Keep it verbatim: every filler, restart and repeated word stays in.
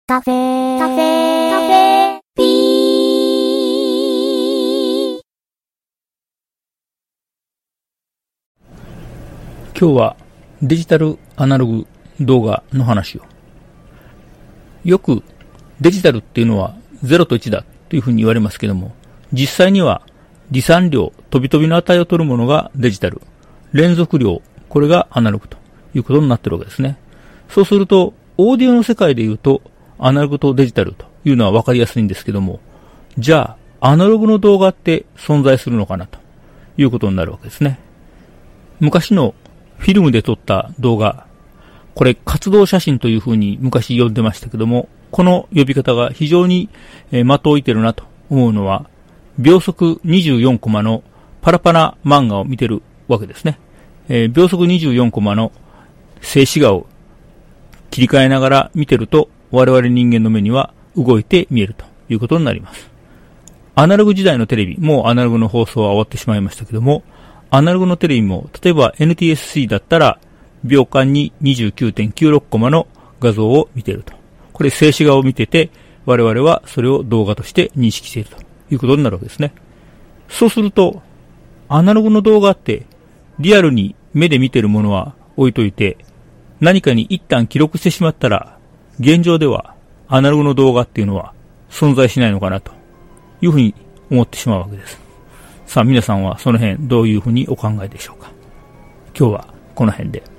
カフェカフェカフェピー。 今日はデジタルアナログ動画の話を。よくデジタルっていうのはゼロといちだというふうに言われますけども、実際には離散量、飛び飛びの値を取るものがデジタル、連続量、これがアナログということになっているわけですね。そうすると、オーディオの世界で言うと、アナログとデジタルというのは分かりやすいんですけども、じゃあ、アナログの動画って存在するのかなということになるわけですね。昔のフィルムで撮った動画、これ活動写真というふうに昔呼んでましたけども、この呼び方が非常に的を置いてるなと思うのは、秒速にじゅうよんコマのパラパラ漫画を見てるわけですね。えー、秒速にじゅうよんコマの静止画を切り替えながら見てると、我々人間の目には動いて見えるということになります。アナログ時代のテレビ、もうアナログの放送は終わってしまいましたけども、アナログのテレビも、例えば エヌティーエスシー だったら、秒間に にじゅうきゅうてんきゅうろく コマの画像を見ていると。これ静止画を見てて、我々はそれを動画として認識しているということになるわけですね。そうすると、アナログの動画って、リアルに目で見てるものは置いといて、何かに一旦記録してしまったら、現状ではアナログの動画っていうのは存在しないのかなというふうに思ってしまうわけです。さあ皆さんはその辺どういうふうにお考えでしょうか。今日はこの辺で。